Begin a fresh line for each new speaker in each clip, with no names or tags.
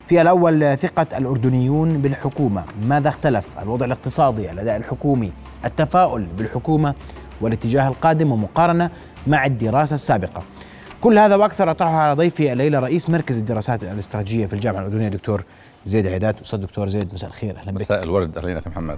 في الأول ثقة الأردنيون بالحكومة، ماذا اختلف؟ الوضع الاقتصادي، الأداء الحكومي، التفاؤل بالحكومة والاتجاه القادم ومقارنة مع الدراسة السابقة. كل هذا وأكثر أطرحه على ضيفي الليلة رئيس مركز الدراسات الاستراتيجية في الجامعة الأردنية دكتور زيد عيدات. أستاذ دكتور زيد مساء الخير، أهلا بك.
مساء الورد، أهلا أخي محمد.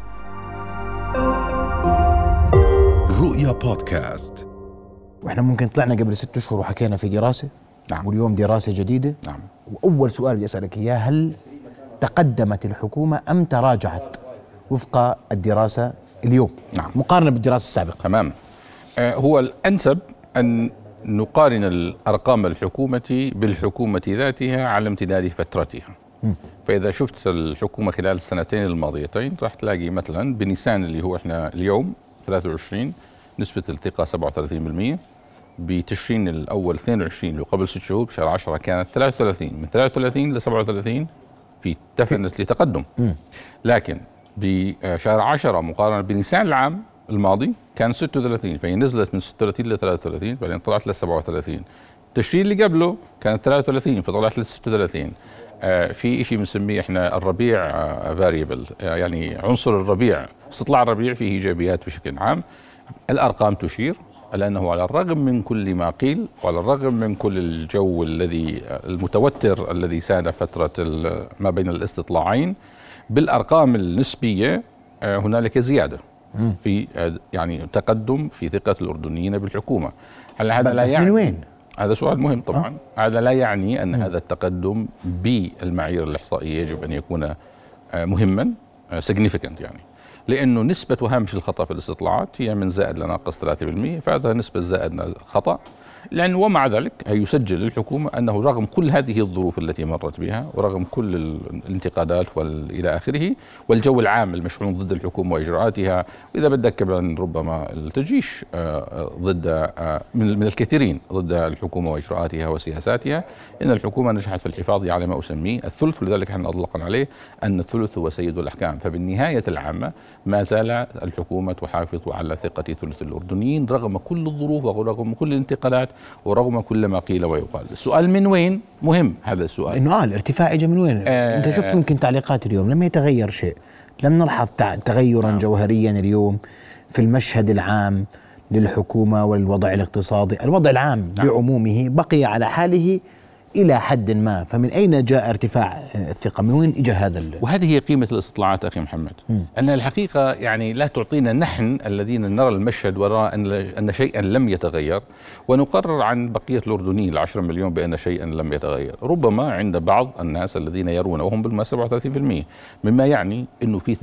رؤيا بودكاست.
وإحنا ممكن طلعنا قبل 6 أشهر وحكينا في دراسة،
نعم.
واليوم دراسة جديدة.
نعم.
وأول سؤال بدي أسألك إياه، هل تقدمت الحكومة أم تراجعت وفق الدراسة اليوم؟
نعم.
مقارنة بالدراسة السابقة.
تمام. هو الأنسب أن نقارن الأرقام الحكومة بالحكومة ذاتها على امتداد فترتها. فإذا شفت الحكومة خلال السنتين الماضيتين راح تلاقي مثلا بنيسان اللي هو إحنا اليوم 23 نسبة الثقة 37%، بتشرين الأول 22 وقبل 6 شهور بشهر 10 كانت 33، من 33 ل 37 في دفنت لتقدم. لكن بشهر 10 مقارنة بنيسان العام الماضي كان 36، فهي نزلت من 36 ل 33 بعدين طلعت ل 37. التشرين اللي قبله كانت 33 فطلعت ل 36. في شيء بنسميه احنا الربيع فاريبل، يعني عنصر الربيع، استطلاع الربيع فيه ايجابيات بشكل عام. الارقام تشير على انه على الرغم من كل ما قيل وعلى الرغم من كل الجو الذي المتوتر الذي ساد فترة ما بين الاستطلاعين، بالارقام النسبية هنالك زيادة في يعني تقدم في ثقة الأردنيين بالحكومة. هل هذا لا يعني من وين؟ هذا سؤال مهم طبعا. هذا لا يعني أن هذا التقدم بالمعايير الإحصائية يجب أن يكون مهما significant، يعني لأنه نسبة هامش الخطأ في الاستطلاعات هي من زائد لناقص 3%، فهذا نسبة زائد خطأ. لأن ومع ذلك يسجل للحكومة أنه رغم كل هذه الظروف التي مرت بها ورغم كل الانتقادات إلى آخره والجو العام المشحون ضد الحكومة وإجراءاتها، وإذا بدك كمان ربما التجيش ضد من الكثيرين ضد الحكومة وإجراءاتها وسياساتها، إن الحكومة نجحت في الحفاظ على ما أسميه الثلث، ولذلك احنا أطلقنا عليه أن الثلث هو سيد الأحكام. فبالنهاية العامة ما زال الحكومة تحافظ على ثقة ثلث الأردنيين رغم كل الظروف ورغم كل الانتقادات ورغم كل ما قيل ويقال. السؤال من وين مهم، هذا السؤال
إنه الارتفاع إجا من وين؟ أنت شفت ممكن تعليقات اليوم لم يتغير شيء، لم نلحظ تغيرا جوهريا اليوم في المشهد العام للحكومة والوضع الاقتصادي. الوضع العام بعمومه بقي على حاله إلى حد ما، فمن أين جاء ارتفاع الثقة؟ من وين إجا هذا
وهذه هي قيمة الاستطلاعات أخي محمد. أن الحقيقة يعني لا تعطينا نحن الذين نرى المشهد ونرى أن شيئا لم يتغير ونقرر عن بقية الأردنيين 10 مليون بأن شيئا لم يتغير. ربما عند بعض الناس الذين يرون وهم بالما 37%، مما يعني أنه في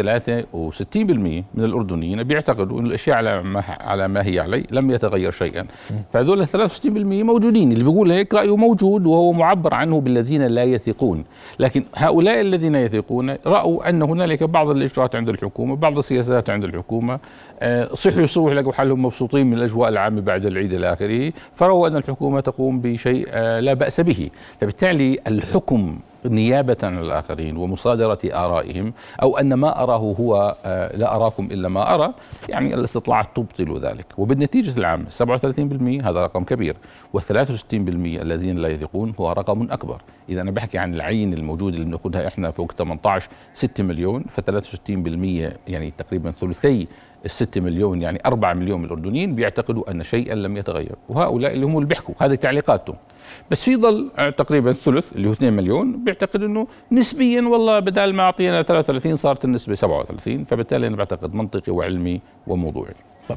63% من الأردنيين بيعتقدوا أن الأشياء على ما هي عليه لم يتغير شيئا. فهذول 63% موجودين، اللي بيقول هيك رأيه موجود وهو معبر عنه بالذين لا يثقون. لكن هؤلاء الذين يثقون رأوا أن هنالك بعض الإجراءات عند الحكومة، بعض السياسات عند الحكومة، صحوا يصوح لقوا حالهم مبسوطين من الأجواء العامة بعد العيد إلى آخره، فرأوا أن الحكومة تقوم بشيء لا بأس به. فبالتالي الحكم نيابة عن الآخرين ومصادرة آرائهم، أو أن ما أراه هو لا أراكم إلا ما أرى، يعني الاستطلاعات تبطل ذلك. وبالنتيجة العامة 37% هذا رقم كبير، و63% الذين لا يثقون هو رقم أكبر. إذا أنا بحكي عن العين الموجود اللي بناخذها إحنا فوق 18 6 مليون، ف63% يعني تقريبا ثلثي 6 مليون، يعني 4 مليون من الأردنيين بيعتقدوا أن شيئا لم يتغير، وهؤلاء اللي هم اللي بيحكوا، هذه تعليقاتهم. بس في ظل تقريبا الثلث اللي هو 2 مليون بيعتقد انه نسبيا والله بدل ما اعطينا 33 صارت النسبه 37، فبالتالي انا بعتقد منطقي وعلمي وموضوعي.
طب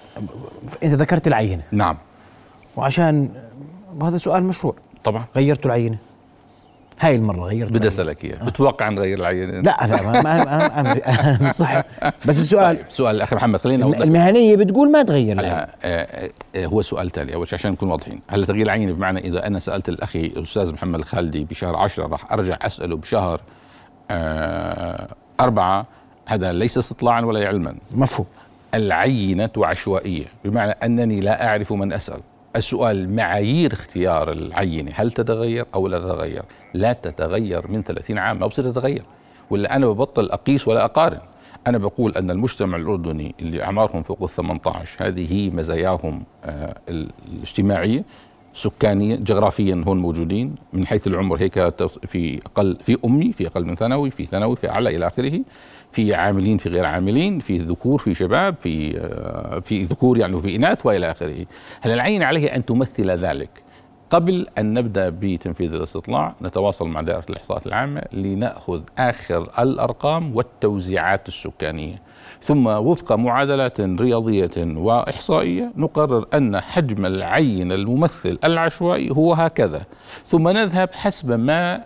انت ذكرت العينه.
نعم.
وعشان هذا سؤال مشروع
طبعا
غيرتوا العينه هاي المره؟ غيرت؟
بدي اسالك اياه، بتوقع نغير العينه؟
لا انا صح، بس السؤال
طيب. سؤال الاخ محمد، خلينا
المهنيه بتقول ما تغير العينه.
هو سؤال تالي اول شيء عشان نكون واضحين. هل تغيير العينه بمعنى اذا انا سالت الاخي الاستاذ محمد الخالدي بشهر 10 راح ارجع اساله بشهر 4؟ هذا ليس استطلاعا ولا علما.
مفهوم.
العينه عشوائيه، بمعنى انني لا اعرف من اسال. السؤال معايير اختيار العينة هل تتغير أو لا تتغير؟ لا تتغير من 30 عام، ما بصير تتغير، ولا أنا ببطل أقيس ولا أقارن. أنا بقول أن المجتمع الأردني اللي أعمارهم فوق 18 هذه مزاياهم الاجتماعية سكانيا جغرافيا هون موجودين، من حيث العمر هيك في أقل من ثانوي، في ثانوي، في أعلى إلى آخره، في عاملين، في غير عاملين، في ذكور، في شباب، في ذكور يعني وفي إناث وإلى آخره. هل العين عليه أن تمثل ذلك؟ قبل أن نبدأ بتنفيذ الاستطلاع نتواصل مع دائرة الإحصاءات العامة لنأخذ آخر الأرقام والتوزيعات السكانية، ثم وفق معادلات رياضية وإحصائية نقرر أن حجم العين الممثل العشوائي هو هكذا، ثم نذهب حسب ما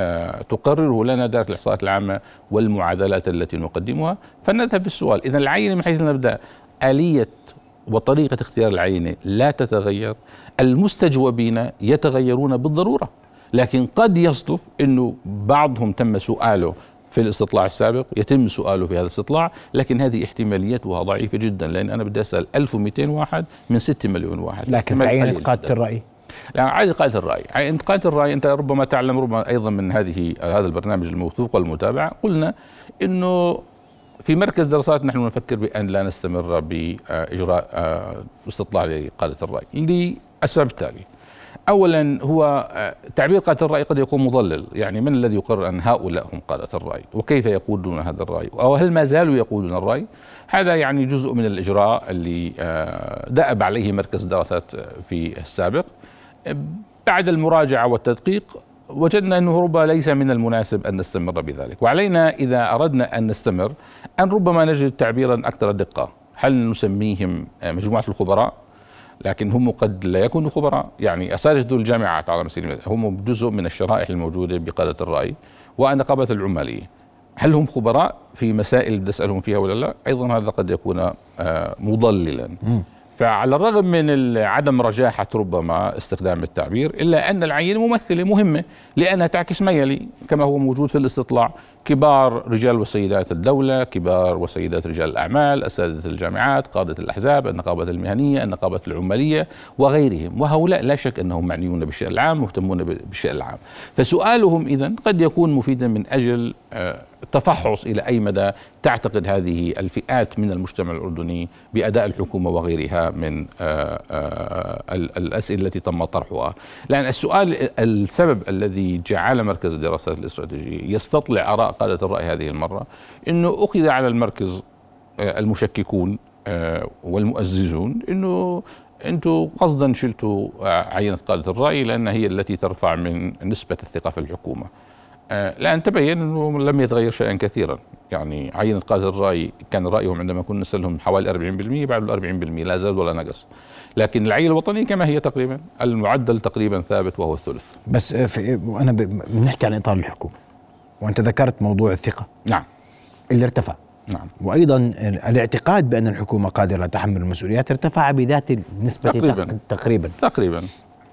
تقرره لنا دائرة الإحصاءات العامة والمعادلات التي نقدمها، فنذهب في السؤال. إذن العينة من حيث نبدأ آلية وطريقة اختيار العينة لا تتغير، المستجوبين يتغيرون بالضرورة، لكن قد يصدف أنه بعضهم تم سؤاله في الاستطلاع السابق يتم سؤاله في هذا الاستطلاع، لكن هذه احتماليتها ضعيفة جدا، لأن أنا بدي أسأل 1200 واحد من 6 مليون واحد.
لكن في عين قادة الرأي،
لا عادي قادة الرأي، عين قادة الرأي أنت ربما تعلم ربما أيضا من هذا البرنامج الموثوق والمتابع، قلنا أنه في مركز دراسات نحن نفكر بأن لا نستمر بإجراء استطلاع لقادة الرأي لأسباب التالي. أولا هو تعبير قادة الرأي قد يكون مضلل، يعني من الذي يقرر أن هؤلاء هم قادة الرأي وكيف يقودون هذا الرأي أو هل ما زالوا يقودون الرأي؟ هذا يعني جزء من الإجراء اللي دأب عليه مركز دراسات في السابق. بعد المراجعة والتدقيق وجدنا أنه ربما ليس من المناسب أن نستمر بذلك، وعلينا إذا أردنا أن نستمر أن ربما نجد تعبيرا أكثر دقة. هل نسميهم مجموعة الخبراء؟ لكن هم قد لا يكونوا خبراء، يعني أساتذة الجامعات على سبيل المثال هم جزء من الشرائح الموجودة بقادة الرأي والنقابة العمالية. هل هم خبراء في مسائل بدي أسألهم فيها ولا لا؟ أيضا هذا قد يكون مضللا. فعلى الرغم من عدم رجاحة ربما استخدام التعبير، إلا أن العينة ممثلة مهمة لأنها تعكس ما يلي كما هو موجود في الاستطلاع: كبار رجال وسيدات الدولة، كبار وسيدات رجال الأعمال، أساتذة الجامعات، قادة الأحزاب، النقابة المهنية، النقابة العمالية وغيرهم، وهؤلاء لا شك أنهم معنيون بالشيء العام، مهتمون بالشيء العام. فسؤالهم إذن قد يكون مفيدا من أجل التفحص إلى أي مدى تعتقد هذه الفئات من المجتمع الأردني بأداء الحكومة وغيرها من الأسئلة التي تم طرحها. لأن السبب الذي جعل مركز الدراسات الاستراتيجية يستطلع آراء قادة الرأي هذه المرة إنه أخذ على المركز المشككون والمؤززون إنه أنتم قصدا شلتوا عينة قادة الرأي لأن هي التي ترفع من نسبة الثقة في الحكومة. لأن تبين أنه لم يتغير شيئا كثيرا، يعني عينة قادة الرأي كان رأيهم عندما كنا نسألهم حوالي 40%، بعد 40% لا زاد ولا نقص، لكن العينة الوطنية كما هي تقريبا، المعدل تقريبا ثابت وهو الثلث.
بس أنا بنحكي عن إطار الحكومة، وأنت ذكرت موضوع الثقة.
نعم.
اللي ارتفع.
نعم.
وأيضا الاعتقاد بأن الحكومة قادرة على تحمل المسؤوليات ارتفع بذات النسبة تقريبا.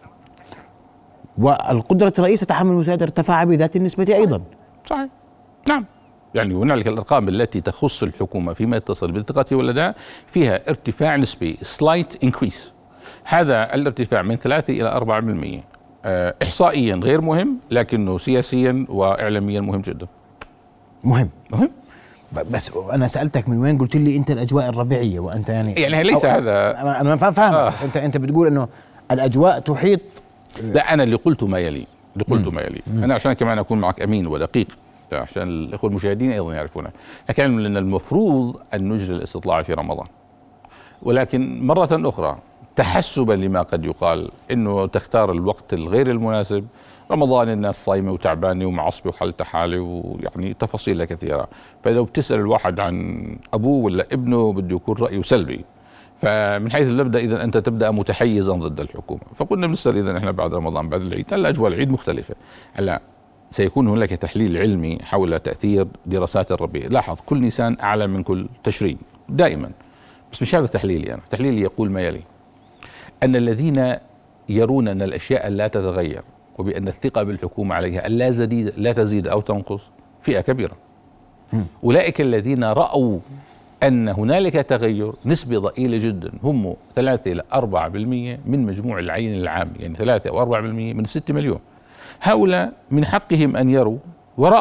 والقدرة الرئيس تحمل المسؤوليات ارتفع بذات النسبة أيضا.
صحيح. نعم. يعني هنالك الأرقام التي تخص الحكومة فيما يتصل بالثقة والأداء فيها ارتفاع نسبي slight increase. هذا الارتفاع من 3 إلى 4%. إحصائيا غير مهم، لكنه سياسيا وإعلاميا مهم جدا.
مهم. بس أنا سألتك من وين، قلت لي أنت الأجواء الربيعية، وأنت يعني
ليس هذا
أنا فاهم. أنت بتقول إنه الأجواء تحيط.
لا، أنا اللي قلت ما يلي أنا عشان كمان أكون معك أمين ودقيق عشان الإخوة المشاهدين أيضا يعرفونه. لكن لأن المفروض أن نجري الاستطلاع في رمضان، ولكن مرة أخرى تحسبا لما قد يقال إنه تختار الوقت الغير المناسب. رمضان الناس صايمة وتعبانة ومعصبة وحالتها حالة ويعني تفاصيل كثيرة، فإذا بتسأل الواحد عن أبوه ولا ابنه بده يكون رأيه سلبي. فمن حيث المبدأ إذا أنت تبدأ متحيزا ضد الحكومة، فقلنا بنسأل إذا إحنا بعد رمضان بعد العيد، هلا أجواء العيد مختلفة. هلا سيكون هناك تحليل علمي حول تأثير دراسات الربيع. لاحظ كل نيسان أعلى من كل تشرين دائما، بس مش هذا تحليلي. أنا تحليلي يقول ما يلي: أن الذين يرون أن الأشياء لا تتغير وبأن الثقة بالحكومة عليها لا تزيد أو تنقص فئة كبيرة. أولئك الذين رأوا أن هنالك تغير نسبة ضئيلة جدا، هم 3 إلى 4% من مجموع العين العام، يعني 3 أو 4% من 6 مليون. هؤلاء من حقهم أن يروا ورأوا،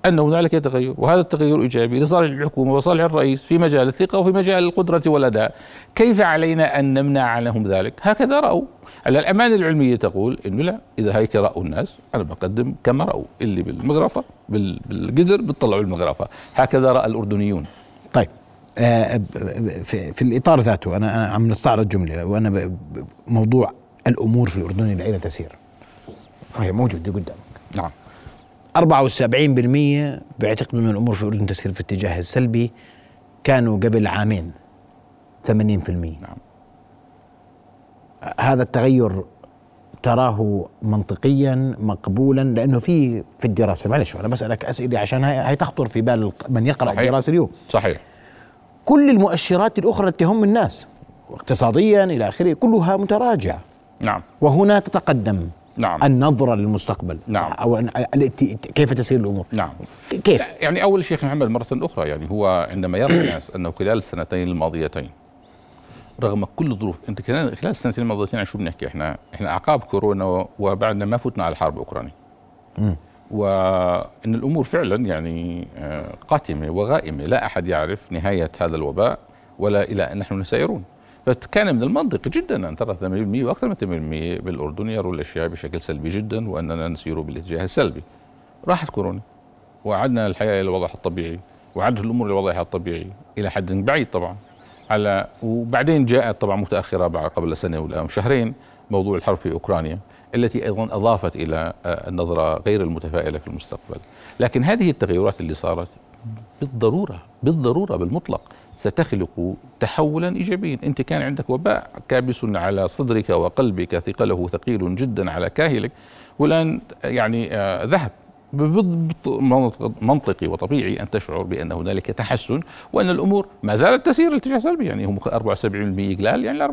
أن هنالك تغير، وهذا التغير إيجابي لصالح الحكومة وصالح الرئيس في مجال الثقة وفي مجال القدرة والأداء. كيف علينا أن نمنع عنهم ذلك؟ هكذا رأوا. الأمانة العلمية تقول إنه لا، إذا هيك رأوا الناس أنا بقدم كما رأوا، اللي بالمغرفة بالقدر بتطلعوا المغرفة. هكذا رأى الأردنيون.
طيب في الإطار ذاته أنا عم نستعرض جملة، وأنا موضوع الأمور في الأردن إلى أين تسير هي موجودة قدامك.
نعم.
74% بيعتقدوا أن الأمور في الأردن تسير في الاتجاه السلبي، كانوا قبل عامين 80%.
نعم.
هذا التغير تراه منطقيا مقبولا؟ لأنه في الدراسة، معلش أنا بسألك أسئلة عشان هي تخطر في بال من يقرأ الدراسة اليوم.
صحيح.
كل المؤشرات الأخرى التي تهم الناس اقتصاديا إلى آخره كلها متراجعة.
نعم.
وهنا تتقدم
نعم.
النظرة للمستقبل.
نعم.
أو كيف تسير الأمور.
نعم.
كيف؟
يعني أول شيخ محمد مرة أخرى، يعني هو عندما يرى الناس أنه خلال السنتين الماضيتين رغم كل الظروف، انت خلال السنتين الماضيتين عن شو بنحكي؟ احنا اعقاب كورونا وبعدنا ما فتنا على حرب اوكرانيا. وان الامور فعلا يعني قاتمه وغائمه، لا احد يعرف نهايه هذا الوباء ولا الى ان نحن نسيرون. فكان من المنطقي جدا ان ترى 80% واكثر من 80% بالاردن يروا الاشياء بشكل سلبي جدا، واننا نسير بالاتجاه السلبي. راحت كورونا وعدنا الحياه الى وضعها الطبيعي، وعادت الامور لوضعها الطبيعي الى حد بعيد طبعا. وبعدين جاءت طبعا متأخرة قبل سنة ولا شهرين موضوع الحرب في أوكرانيا، التي أيضا أضافت إلى النظرة غير المتفائلة في المستقبل. لكن هذه التغيرات اللي صارت بالضرورة بالمطلق ستخلق تحولا إيجابيا. أنت كان عندك وباء كابس على صدرك وقلبك، ثقله ثقيل جدا على كاهلك، والآن يعني ذهب. منطقي وطبيعي أن تشعر بأن هنالك تحسن، وأن الأمور ما زالت تسير الاتجاه السلبي. يعني هم 74% قلال، يعني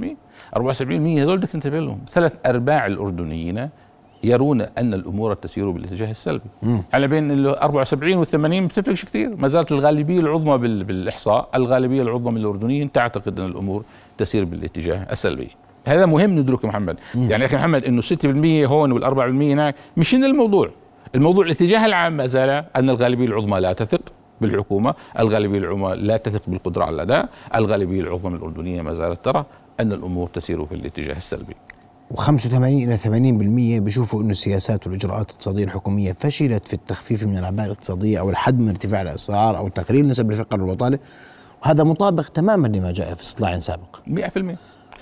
74% هذول بدك تنتبه لهم. 3/4 الأردنيين يرون أن الأمور تسير بالاتجاه السلبي. على بين ال 74 وال80 بتفرقش كثير، ما زالت الغالبية العظمى بالإحصاء، الغالبية العظمى من الأردنيين تعتقد أن الأمور تسير بالاتجاه السلبي. هذا مهم ندرك محمد. يعني أخي محمد إنه 6% هون وال4% هناك مش إن الموضوع الاتجاه العام ما زال أن الغالبية العظمى لا تثق بالحكومة، الغالبية العظمى لا تثق بالقدرة على الأداء، الغالبية العظمى من الأردنية ما زالت ترى أن الأمور تسير في الاتجاه السلبي. و85
إلى 80% بيشوفوا أن السياسات والإجراءات الاقتصادية الحكومية فشلت في التخفيف من الأعباء الاقتصادية أو الحد من ارتفاع الأسعار أو تقليل نسب الفقر والبطالة، وهذا مطابق تماما لما جاء في استطلاع سابق
100%.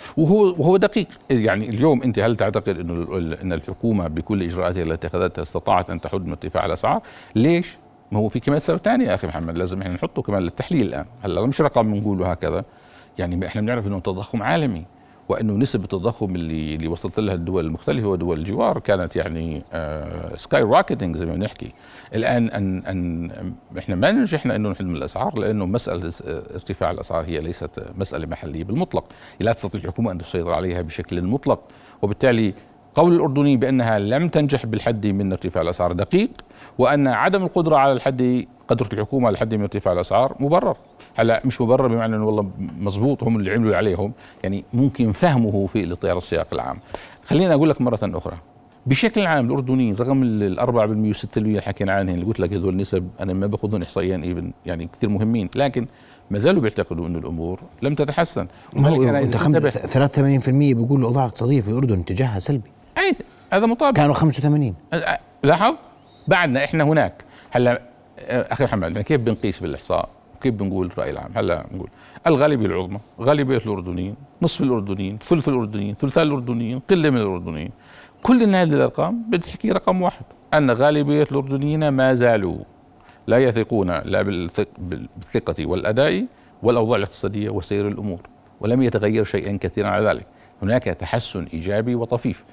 وهو دقيق. يعني اليوم انت هل تعتقد ان الحكومه بكل اجراءاتها التي اتخذتها استطاعت ان تحد من ارتفاع الاسعار؟ ليش؟ ما هو في كمان سبب ثاني يا اخي محمد لازم احنا نحطه كمان للتحليل الان. هلا مش رقم بنقوله هكذا، يعني احنا بنعرف انه تضخم عالمي، وانه نسب التضخم اللي وصلت لها الدول المختلفه ودول الجوار كانت يعني سكاي راكيتنج زي ما بنحكي. الان ان احنا ما نجحنا انه نحد من الاسعار، لانه مساله ارتفاع الاسعار هي ليست مساله محليه بالمطلق، لا تستطيع الحكومه ان تسيطر عليها بشكل مطلق، وبالتالي قول الأردني بأنها لم تنجح بالحد من ارتفاع الأسعار دقيق، وأن عدم القدرة على الحد قدرة الحكومة على الحد من ارتفاع الأسعار مبرر. هلا مش مبرر بمعنى انه والله مزبوط هم اللي عملوا عليهم، يعني ممكن فهمه في الاطار السياق العام. خليني اقول لك مره اخرى بشكل عام الاردنيين رغم ال 4% و6% اللي حكينا عنهم اللي قلت لك هذول النسب انا ما باخذهم احصائيا يعني كثير مهمين، لكن ما زالوا بيعتقدوا انه الامور لم تتحسن.
انت 83% بيقولوا الاوضاع الاقتصاديه في الاردن اتجاهها سلبي.
اي هذا مطابق.
كانوا 85.
لاحظ بعدنا احنا هناك. هلا اخي محمد كيف بنقيس بالاحصاء؟ كيف بنقول الرأي العام؟ هلا بنقول الغالبية العظمى، غالبية الأردنيين، نصف الأردنيين، ثلث الأردنيين، ثلثاء الأردنيين، قلة من الأردنيين. كل هذه الأرقام بتحكي رقم واحد، أن غالبية الأردنيين ما زالوا لا يثقون لا بالثقة والأداء والأوضاع الاقتصادية وسير الأمور، ولم يتغير شيئا كثيرا على ذلك. هناك تحسن إيجابي وطفيف،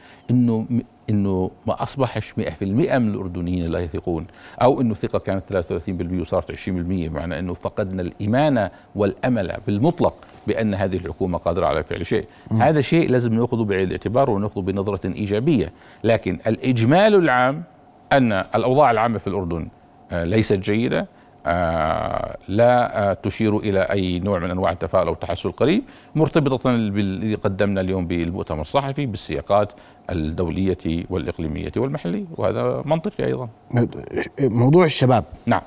إنه ما أصبحش 100% من الأردنيين لا يثقون، أو إنه الثقة كانت 33% وصارت 20%، معنى إنه فقدنا الإيمان والأمل بالمطلق بأن هذه الحكومة قادرة على فعل شيء. هذا شيء لازم نأخذه بعين الاعتبار ونأخذه بنظرة إيجابية. لكن الإجمال العام أن الأوضاع العامة في الأردن ليست جيدة، لا تشير إلى أي نوع من أنواع التفاؤل أو التحسن القريب، مرتبطة بالذي قدمنا اليوم بالمؤتمر الصحفي بالسياقات الدولية والإقليمية والمحلية، وهذا منطقي أيضا.
موضوع الشباب،
نعم،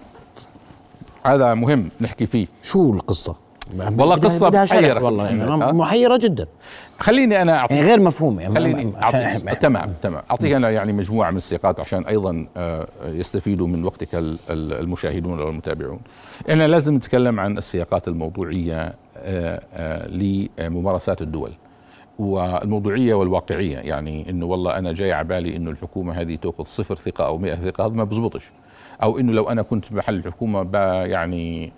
هذا مهم نحكي فيه.
شو القصة؟
والله قصة محيرة،
والله يعني محيرة جدا.
خليني أنا أعطيك
يعني غير مفهومة يعني.
خليني تمام أعطيك أنا يعني مجموعة من السياقات عشان أيضا يستفيدوا من وقتك المشاهدون والمتابعون. إحنا لازم نتكلم عن السياقات الموضوعية لممارسات الدول، والموضوعية والواقعية. يعني إنه والله أنا جاي عبالي إنه الحكومة هذه تأخذ 0 ثقة أو 100 ثقة، هذا ما بزبطش. أو إنه لو أنا كنت محل الحكومة يعني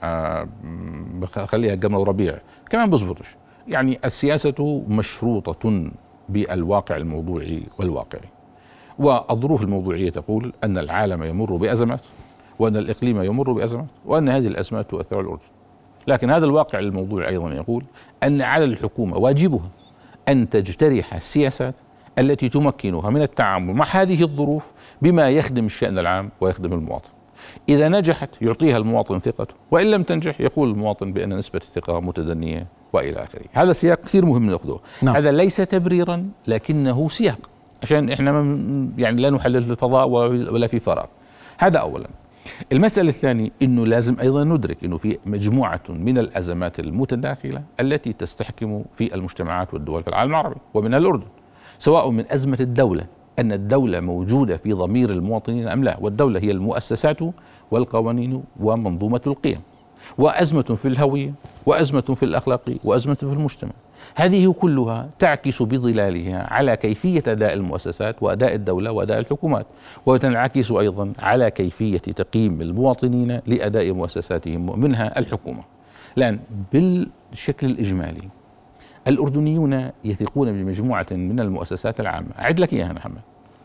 بخليها قمر وربيع، كمان بزبطش. يعني السياسة مشروطة بالواقع الموضوعي والواقعي، والظروف الموضوعية تقول أن العالم يمر بأزمات، وأن الإقليم يمر بأزمات، وأن هذه الأزمات تؤثر على الأردن. لكن هذا الواقع الموضوعي أيضا يقول أن على الحكومة واجبها أن تجترح السياسات التي تمكنها من التعامل مع هذه الظروف بما يخدم الشأن العام ويخدم المواطن. إذا نجحت يعطيها المواطن ثقته، وإن لم تنجح يقول المواطن بأن نسبة الثقة متدنية وإلى آخره. هذا سياق كثير مهم نأخذه. نعم. هذا ليس تبريرا لكنه سياق عشان إحنا يعني لا نحلل في الفضاء ولا في فراغ. هذا أولا. المسألة الثانية إنه لازم أيضا ندرك إنه في مجموعة من الأزمات المتداخلة التي تستحكم في المجتمعات والدول في العالم العربي ومنها الأردن، سواء من أزمة الدولة، أن الدولة موجودة في ضمير المواطنين أم لا، والدولة هي المؤسسات والقوانين ومنظومة القيم، وأزمة في الهوية، وأزمة في الأخلاق، وأزمة في المجتمع. هذه كلها تعكس بظلالها على كيفية أداء المؤسسات وأداء الدولة وأداء الحكومات، وتنعكس أيضا على كيفية تقييم المواطنين لأداء مؤسساتهم ومنها الحكومة. لأن بالشكل الإجمالي الأردنيون يثقون بمجموعة من المؤسسات العامة. أعد لك إياها محمد: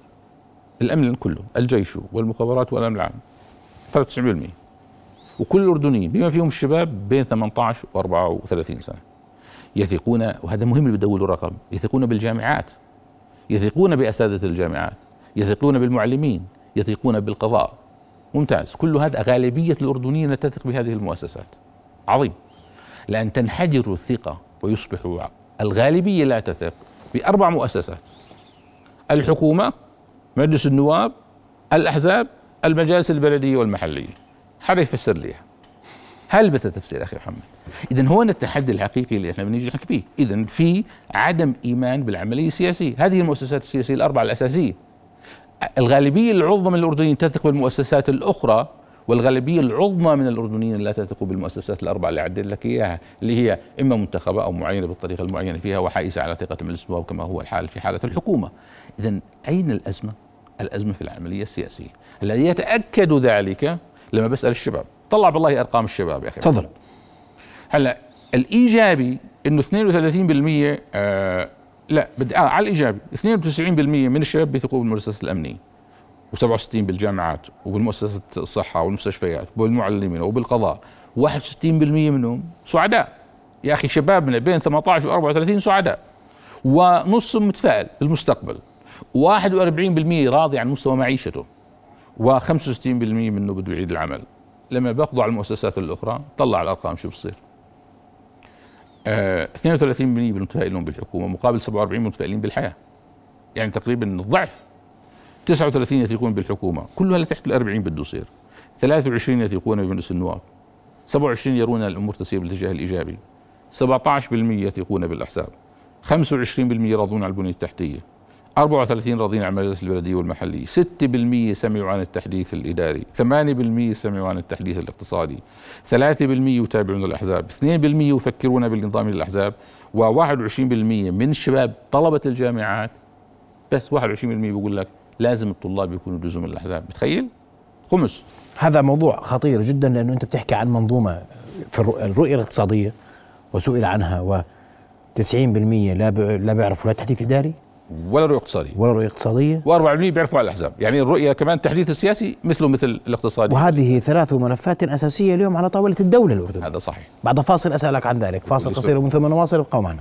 الأمن كله، الجيش والمخابرات والأمن العام 93%، وكل الأردنيين بما فيهم الشباب بين 18 و 34 سنة يثقون، وهذا مهم اللي بدولوا رقم، يثقون بالجامعات، يثقون بأساتذة الجامعات، يثقون بالمعلمين، يثقون بالقضاء. ممتاز. كل هذا غالبية الأردنيين تثق بهذه المؤسسات. عظيم. لأن تنحدر الثقة ويصبح الغالبية لا تثق بأربع مؤسسات: الحكومة، مجلس النواب، الأحزاب، المجالس البلدية والمحلية. حدا يفسر لي؟ هل بتتفسير أخي محمد؟ إذن هون التحدي الحقيقي اللي احنا بنيجي نحكي فيه. إذن في عدم إيمان بالعملية السياسية. هذه المؤسسات السياسية الأربعة الأساسية، الغالبية العظمى من الأردنيين تثق بالمؤسسات الأخرى، والغالبية العظمى من الأردنيين لا تثق بالمؤسسات الأربعة اللي عدت لك إياها، اللي هي إما منتخبة أو معينة بالطريقة المعينة فيها وحائزة على ثقة مجلس النواب كما هو الحال في حالة الحكومة. إذن أين الأزمة؟ الأزمة في العملية السياسية. الذي يتأكد ذلك لما بسأل الشباب. طلع بالله أرقام الشباب يا أخي.
تفضل.
هلا الإيجابي إنه 32% لا بدي على الإيجابي 92% من الشباب بيثقوا بالمؤسسات الأمنية، و67 بالجامعات وبالمؤسسات الصحة والمستشفيات وبالمعلمين وبالقضاء، 61% منهم سعداء. يا أخي شبابنا بين 18 و 34 سعداء، ونص متفائل بالمستقبل، 41% راضي عن مستوى معيشته، و65% منه بده يعيد العمل. لما بياخذوا على المؤسسات الأخرى طلع الأرقام شو بصير. 32% متفائلون بالحكومة مقابل 47 متفائلين بالحياة، يعني تقريبا الضعف. 39 يثقون بالحكومة، كلها لتحت 40 بده يصير. 23 يثقون بمجلس النواب، 27 يرون الأمور تسير بالاتجاه الإيجابي، 17% يثقون بالأحزاب، 25% راضون عن البنية التحتية، 34 راضين عن المجالس البلدية والمحلية، 6% سمعوا عن التحديث الإداري، 8% سمعوا عن التحديث الاقتصادي، 3% يتابعون الأحزاب، 2% يفكرون بالانضمام للأحزاب، و21% من الشباب طلبة الجامعات بس 21% بيقول لك لازم الطلاب يكونوا جزء من الأحزاب. بتخيل؟ خمس.
هذا موضوع خطير جدا، لأنه أنت بتحكي عن منظومة في الرؤية الاقتصادية وسئل عنها، و90% لا بيعرفوا لا تحديث إداري
ولا رؤية اقتصادية و4% بيعرفوا على الأحزاب. يعني الرؤية كمان التحديث السياسي مثله مثل الاقتصادي.
وهذه 3 ملفات أساسية اليوم على طاولة الدولة الأردنية.
هذا صحيح.
بعد فاصل أسألك عن ذلك، فاصل قصير ومن ثم نواصل. ابقوا معنا.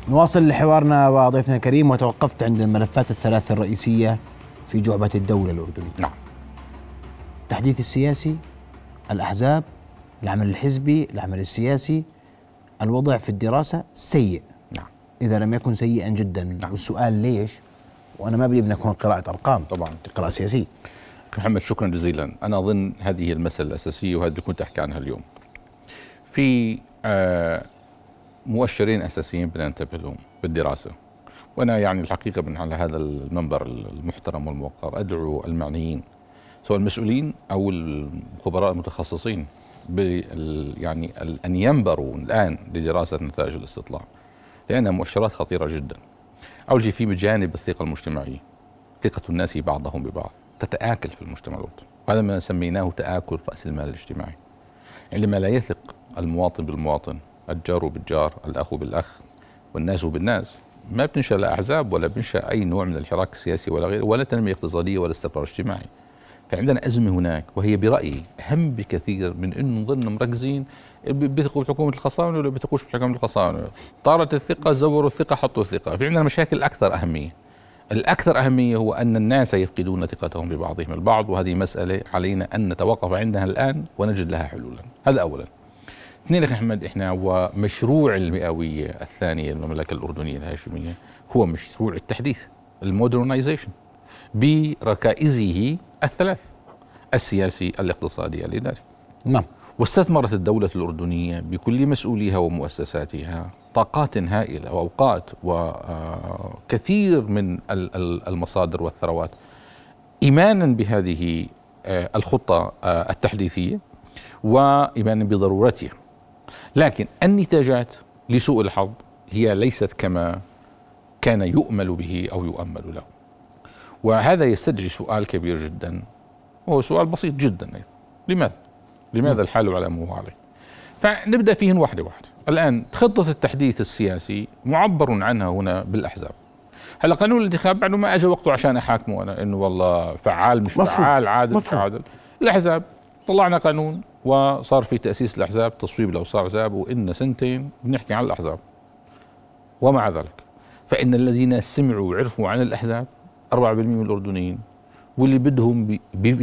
نواصل حوارنا وضيفنا الكريم، وتوقفت عند الملفات الثلاث الرئيسية في جعبة الدولة الأردنية.
نعم.
التحديث السياسي، الأحزاب، العمل الحزبي، العمل السياسي. الوضع في الدراسة سيء.
نعم.
إذا لم يكن سيئا جدا.
نعم.
والسؤال ليش؟ وأنا ما بدي نكون قراءة أرقام،
طبعا
قراءة سياسية.
محمد شكرا جزيلا. أنا أظن هذه المسألة الأساسية وهذه كنت أحكي عنها اليوم. في مؤشرين أساسيين بدنا ننتبه لهم بالدراسة، وأنا يعني الحقيقة من على هذا المنبر المحترم والموقر أدعو المعنيين سواء المسؤولين أو الخبراء المتخصصين يعني أن ينبروا الآن لدراسة نتائج الاستطلاع، لأنها مؤشرات خطيرة جدا. أول شيء في بجانب الثقة المجتمعية، ثقة الناس بعضهم ببعض تتآكل في المجتمعات، وهذا ما سميناه تآكل رأس المال الاجتماعي. عندما لا يثق المواطن بالمواطن، الجار بالجار، الأخ بالأخ، والناس بالناس، ما بتنشأ لا أحزاب ولا بنشأ أي نوع من الحراك السياسي ولا غيره، ولا تنمية اقتصادية ولا استقرار اجتماعي. فعندنا أزمة هناك، وهي برأيي أهم بكثير من أنه نظلنا مركزين بيثقوا بحكومة الخصاونة ولا بيثقوش بحكومة الخصاونة. طارت الثقة، زوروا الثقة، حطوا الثقة. في عندنا مشاكل أكثر أهمية. الأكثر أهمية هو أن الناس يفقدون ثقتهم ببعضهم البعض، وهذه مسألة علينا أن نتوقف عندها الآن ونجد لها حلولا. هذا أولا. اثنين يا أحمد، إحنا ومشروع المئوية الثانية المملكة الأردنية الهاشمية هو مشروع التحديث، المودرنايزيشن، بركائزه الثلاث: السياسي، الاقتصادي، الإداري.
نعم.
واستثمرت الدولة الأردنية بكل مسؤوليها ومؤسساتها طاقات هائلة وأوقات وكثير من المصادر والثروات إيمانا بهذه الخطة التحديثية وإيمانا بضرورتها. لكن النتاجات لسوء الحظ هي ليست كما كان يؤمل به أو يؤمل له، وهذا يستدعي سؤال كبير جدا، وهو سؤال بسيط جدا. لماذا الحال على ما هو عليه؟ فنبدأ فيهن واحدة واحدة. الآن خطة التحديث السياسي معبر عنها هنا بالأحزاب. هلا قانون الانتخاب بعده ما أجى وقته عشان أحاكمه أنا إنه والله فعال مش فعال، عادل مش عادل. الأحزاب طلعنا قانون وصار في تأسيس الأحزاب، تصويب الأوصاف أحزاب، وإن سنتين بنحكي عن الأحزاب. ومع ذلك فإن الذين سمعوا وعرفوا عن الأحزاب 4% من الأردنيين، واللي بدهم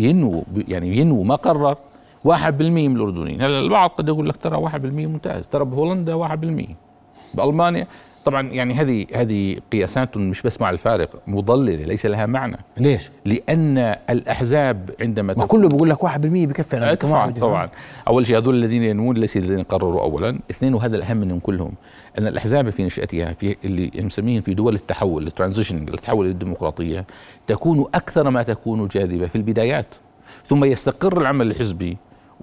ينووا ما قرر 1% من الأردنيين. هلا البعض قد يقول لك ترى 1% ممتاز، ترى بهولندا 1%، بألمانيا. طبعا يعني هذه قياسات مش بس مع الفارق، مضللة ليس لها معنى.
ليش؟
لأن الأحزاب عندما
كله بيقول لك 1% بكفي.
طبعا أول شيء هذول الذين ينمون ليس الذين قرروا أولا. اثنين، وهذا الأهم منهم كلهم، أن الأحزاب في نشأتها في اللي نسميهم في دول التحول، الترانزيشن، التحول للديمقراطية، تكون أكثر ما تكون جاذبة في البدايات، ثم يستقر العمل الحزبي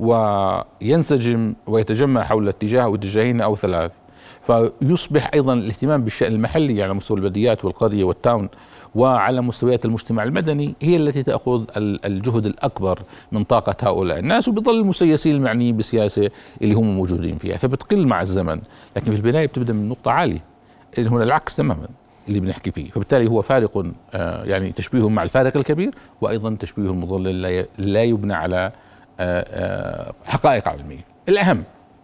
وينسجم ويتجمع حول اتجاه أو اتجاهين أو ثلاث، فيصبح أيضا الاهتمام بالشأن المحلي على يعني مستوى البلديات والقرية والتاون وعلى مستويات المجتمع المدني هي التي تأخذ الجهد الأكبر من طاقة هؤلاء الناس، وبيظل المسيسين المعنيين بالسياسة اللي هم موجودين فيها، فبتقل مع الزمن. لكن في البداية بتبدأ من نقطة عالية، هنا العكس تماما اللي بنحكي فيه. فبالتالي هو فارق، يعني تشبيه مع الفارق الكبير، وأيضا تشبيه مضلل لا يبنى على حقائق علمية. الأهم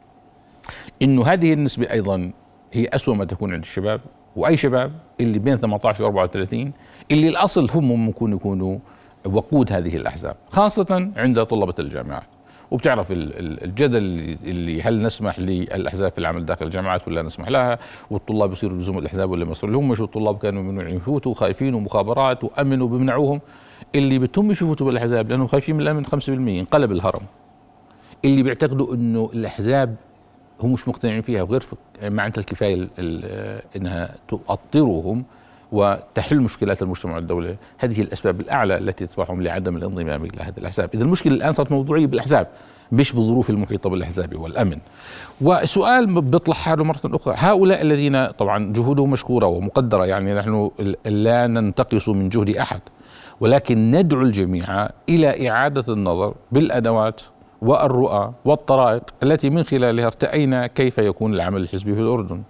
إنه هذه النسبة أيضا هي أسوأ ما تكون عند الشباب، وأي شباب اللي بين 18 و 34 اللي الأصل هم ممكن يكونوا وقود هذه الأحزاب، خاصة عند طلبة الجامعات. وبتعرف الجدل اللي هل نسمح للأحزاب في العمل داخل الجامعات ولا نسمح لها، والطلاب يصيروا لزوم الأحزاب ولا ما يصيروا لهم. شو الطلاب كانوا ممنوعين يفوتوا، خايفين، ومخابرات وأمن وبيمنعوهم. اللي بدهم يفوتوا بالأحزاب لأنهم خايفين من الأمن 5%، انقلب الهرم. اللي بيعتقدوا إنه الأحزاب هم مش مقتنعين فيها وغير معنى الكفاية إنها تؤطرهم وتحل مشكلات المجتمع والدولة، هذه الأسباب الأعلى التي تدفعهم لعدم الانضمام إلى هذه الأحزاب. إذا المشكلة الآن صارت موضوعية بالأحزاب مش بالظروف المحيطة بالأحزاب والأمن. والسؤال بيطلع حاله مرة أخرى، هؤلاء الذين طبعا جهودهم مشكورة ومقدرة، يعني نحن لا ننتقص من جهد أحد، ولكن ندعو الجميع إلى إعادة النظر بالأدوات والرؤى والطرائق التي من خلالها ارتأينا كيف يكون العمل الحزبي في الأردن.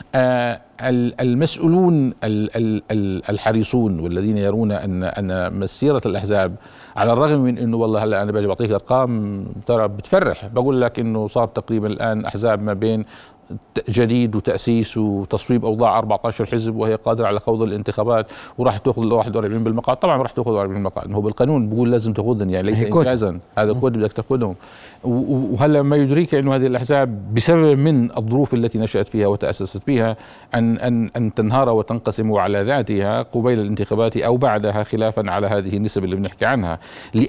المسؤولون الحريصون والذين يرون أن مسيرة الأحزاب، على الرغم من أنه والله هلا أنا باجي بعطيك أرقام ترى بتفرح، بقول لك أنه صار تقريبا الآن أحزاب ما بين جديد وتأسيس وتصويب أوضاع 14 حزب وهي قادرة على خوض الانتخابات وراح تأخذ 41 بالمقعد. طبعا راح تأخذ 41 بالمقعد، هو بالقانون بيقول لازم تأخذهم، يعني ليس إنجازا، هذا كود بدك تأخذهم. وهلا ما يدريك أنه هذه الأحزاب بسبب من الظروف التي نشأت فيها وتأسست فيها أن تنهار وتنقسم على ذاتها قبيل الانتخابات أو بعدها، خلافا على هذه النسب اللي بنحكي عنها.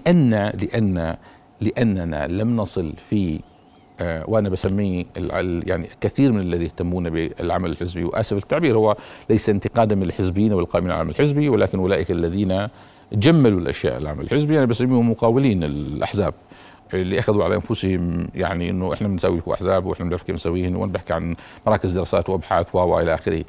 لأننا لم نصل في وأنا بسميه يعني كثير من الذين يهتمون بالعمل الحزبي، وآسف التعبير هو ليس انتقادا من الحزبيين والقائمين على العمل الحزبي، ولكن أولئك الذين جملوا الأشياء العمل الحزبي أنا بسميهم مقاولين الأحزاب اللي أخذوا على أنفسهم يعني إنه إحنا بنسوي لكم أحزاب وإحنا بنعرف كيف نسويهن، وأنا بحكي عن مراكز دراسات وأبحاث وإلى آخره.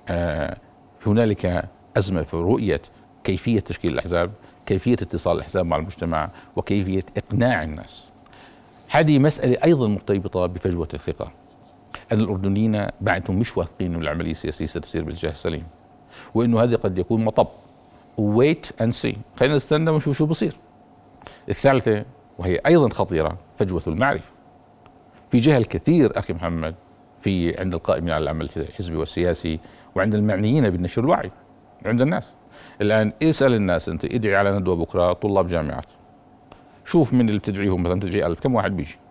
هنالك أزمة في رؤية كيفية تشكيل الأحزاب، كيفية اتصال الأحزاب مع المجتمع، وكيفية إقناع الناس. هذه مسألة أيضا مرتبطة بفجوة الثقة. أن الأردنيين بعدهم مش واثقين أن العملية السياسية ستسير بالاتجاه السليم، وأنه هذا قد يكون مطب wait and see، خلينا نستنى ونشوف شو بصير. الثالثة وهي أيضا خطيرة، فجوة المعرفة. في جهل كثير أخي محمد عند القائمين على العمل الحزبي والسياسي وعند المعنيين بالنشر الوعي عند الناس. الآن اسأل الناس، أنت ادعي على ندوة بكرة طلاب جامعات، شوف من اللي بتدعيهم، مثلا تدعي 1000 كم واحد بيجي؟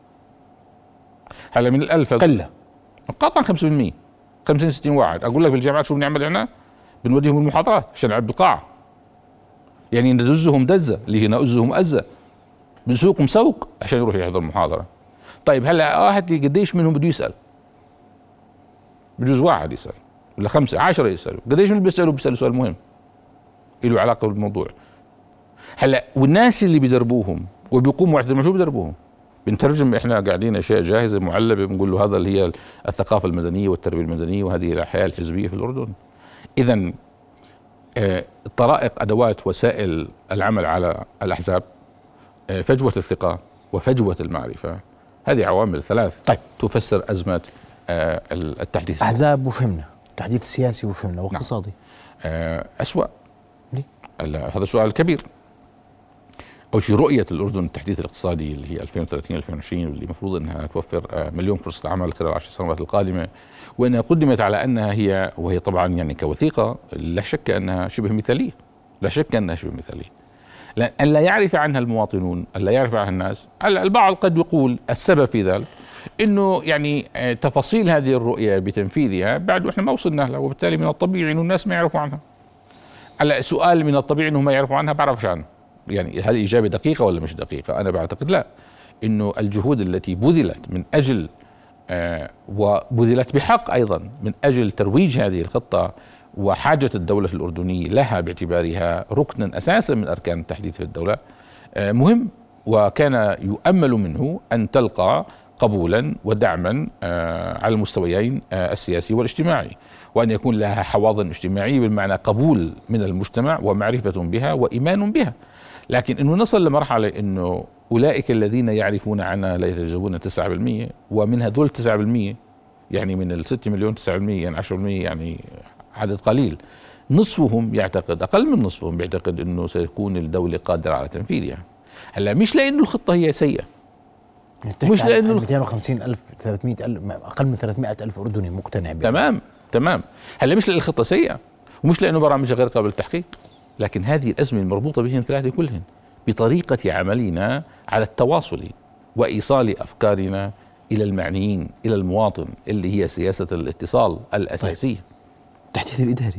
هلا من ال1000
قلة
قطعا 5%، 50-60 واحد. أقول لك بالجامعات شو بنعمل إحنا؟ بنوديهم المحاضرات عشان نعبي القاعة، يعني ندزهم دزة اللي هي نأزهم أزة، بنسوقهم سوق عشان يروح يحضر المحاضرة. طيب هلا هاتي قديش منهم بده يسأل؟ بجوز واحد يسأل ولا 5 10 يسألوا، قديش من بيسألوا سؤال مهم له علاقة بالموضوع. هلا والناس اللي بيدربوهم وبيقوموا واحد شو بيدربوهم؟ بنترجم احنا قاعدين اشياء جاهزه معلبه، بنقول له هذا اللي هي الثقافه المدنيه والتربيه المدنيه وهذه الحياه الحزبيه في الاردن. اذا طرائق ادوات وسائل العمل على الاحزاب، فجوه الثقه وفجوه المعرفه، هذه عوامل ثلاث
طيب
تفسر ازمه التحديث.
احزاب وفهمنا، التحديث السياسي وفهمنا، واقتصادي
أسوأ. هذا السؤال الكبير. أول شيء رؤية الأردن التحديث الاقتصادي اللي هي 2030-2020 واللي المفروض أنها توفر 1,000,000 فرصة عمل خلال 10 سنوات القادمة، وأنها قدمت على أنها وهي طبعا يعني كوثيقة لا شك أنها شبه مثالية، لا شك أنها شبه مثالية. لأن لا يعرف عنها المواطنون، لا يعرف عنها الناس. البعض قد يقول السبب في ذلك انه يعني تفاصيل هذه الرؤية بتنفيذها بعد واحنا ما وصلنا لها، وبالتالي من الطبيعي انه الناس ما يعرفوا عنها. على سؤال من الطبيعي انهم ما يعرفوا عنها، بعرفش عنها. يعني هل الإجابة دقيقة ولا مش دقيقة؟ أنا بعتقد لا، إنه الجهود التي بذلت من أجل وبذلت بحق أيضا من أجل ترويج هذه الخطة وحاجة الدولة الأردنية لها باعتبارها ركنا أساسا من أركان التحديث في الدولة مهم، وكان يؤمل منه أن تلقى قبولا ودعما على المستويين السياسي والاجتماعي، وأن يكون لها حواضن اجتماعية بالمعنى قبول من المجتمع ومعرفة بها وإيمان بها. لكن أنه نصل لمرحلة أنه أولئك الذين يعرفون عنها لا يتجاوزون 9%، ومن هذول 9% يعني من 6 مليون 9% يعني 10% يعني عدد قليل، نصفهم يعتقد، أقل من نصفهم بيعتقد أنه سيكون الدولة قادرة على تنفيذها. هلا مش لأنه الخطة هي سيئة،
مش لأنه 250,000 300,000 أقل من 300,000 أردني مقتنع بها.
تمام. هلا مش لأن الخطة سيئة، ومش لأنه برامجها غير قابل للتحقيق، لكن هذه الأزمة المربوطة بهم ثلاثة كلهم بطريقة عملنا على التواصل وإيصال أفكارنا إلى المعنيين، إلى المواطن، اللي هي سياسة الاتصال الأساسية.
التحديث الإداري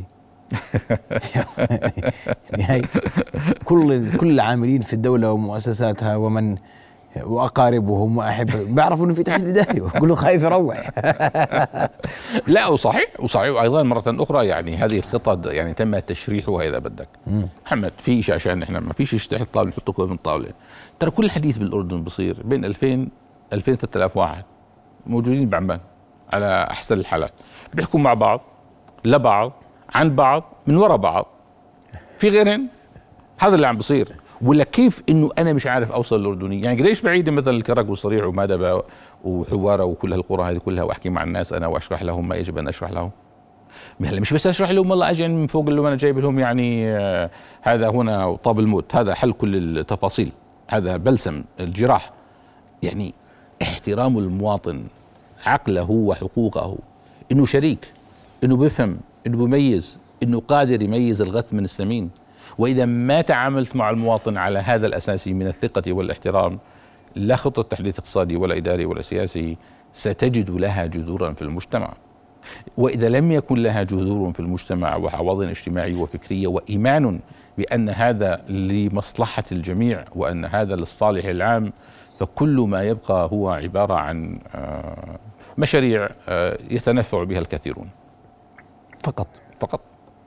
يعني كل العاملين في الدولة ومؤسساتها ومن وأقاربهم وأحبهم بيعرفوا إنه في تحديث إداري، ويقولوا خايف يروح.
لا وصحيح أيضا مرة أخرى يعني هذه الخطة يعني تم تشريحها إذا بدك محمد في شيء، عشان إحنا ما فيش شيء تحت الطاولة نحطه كوف من الطاولة. ترى كل حديث بالأردن بصير بين 2000-3000 واحد موجودين بعمان على أحسن الحالات، بيحكوا مع بعض لبعض عن بعض من وراء بعض، في غيرهم. هذا اللي عم بصير. ولا كيف انه انا مش عارف اوصل للاردنيه؟ يعني قديش بعيده مثلا الكرك والصريع ومادبه وحواره وكل هالقرى هذه كلها، واحكي مع الناس انا واشرح لهم ما يجب ان اشرح لهم. هلا مش بس اشرح لهم والله اجي من فوق اللي انا جايب لهم يعني هذا هنا طاب الموت، هذا حل كل التفاصيل، هذا بلسم الجراح. يعني احترام المواطن عقله وحقوقه، إنه شريك، إنه بفهم، إنه بيميز، إنه قادر يميز الغث من السمين. وإذا ما تعاملت مع المواطن على هذا الأساس من الثقة والاحترام، لا خطة تحديث اقتصادي ولا إداري ولا سياسي ستجد لها جذورا في المجتمع. وإذا لم يكن لها جذور في المجتمع وحواضن اجتماعية وفكرية وإيمان بأن هذا لمصلحة الجميع وأن هذا للصالح العام، فكل ما يبقى هو عبارة عن مشاريع يتنفع بها الكثيرون فقط.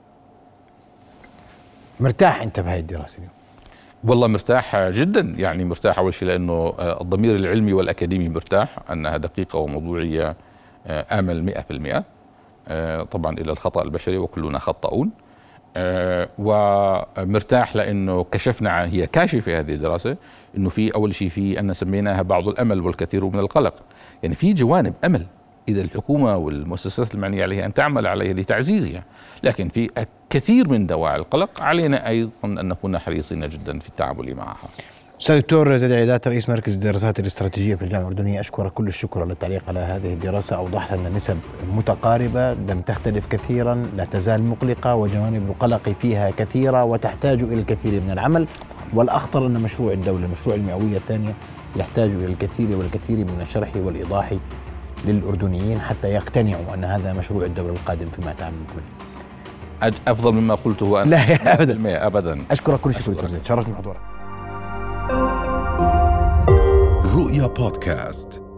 مرتاح أنت بهاي الدراسة اليوم؟
والله مرتاح جدا، يعني مرتاح أول شيء لأنه الضمير العلمي والأكاديمي مرتاح أنها دقيقة وموضوعية آمل 100%. طبعا إلى الخطأ البشري وكلنا خطاؤون. ومرتاح لأنه كشفنا، هي كاشفة هذه الدراسة، أنه في أول شيء في أن سميناها بعض الأمل والكثير من القلق. يعني في جوانب أمل إذا الحكومة والمؤسسات المعنية عليها أن تعمل عليها لتعزيزها، لكن في كثير من دواعي القلق علينا أيضا أن نكون حريصين جدا في التعامل معها.
أستاذ دكتور زيد عيادات، رئيس مركز الدراسات الاستراتيجية في الجامعة الأردنية، أشكرك كل الشكر على التعليق على هذه الدراسة. أوضحت أن النسب متقاربة، لم تختلف كثيرا، لا تزال مقلقة، وجوانب القلق فيها كثيرة وتحتاج إلى الكثير من العمل. والأخطر أن مشروع الدولة، مشروع المئوية الثانية، يحتاج إلى الكثير والكثير من الشرح والإيضاح للأردنيين حتى يقتنعوا أن هذا مشروع الدولة القادم فيما تعمل به.
أفضل مما قلته أنا.
لا
أبدا.
أشكرك كل شكر دكتور زيد، شرفت بحضورك.
رؤيا بودكاست.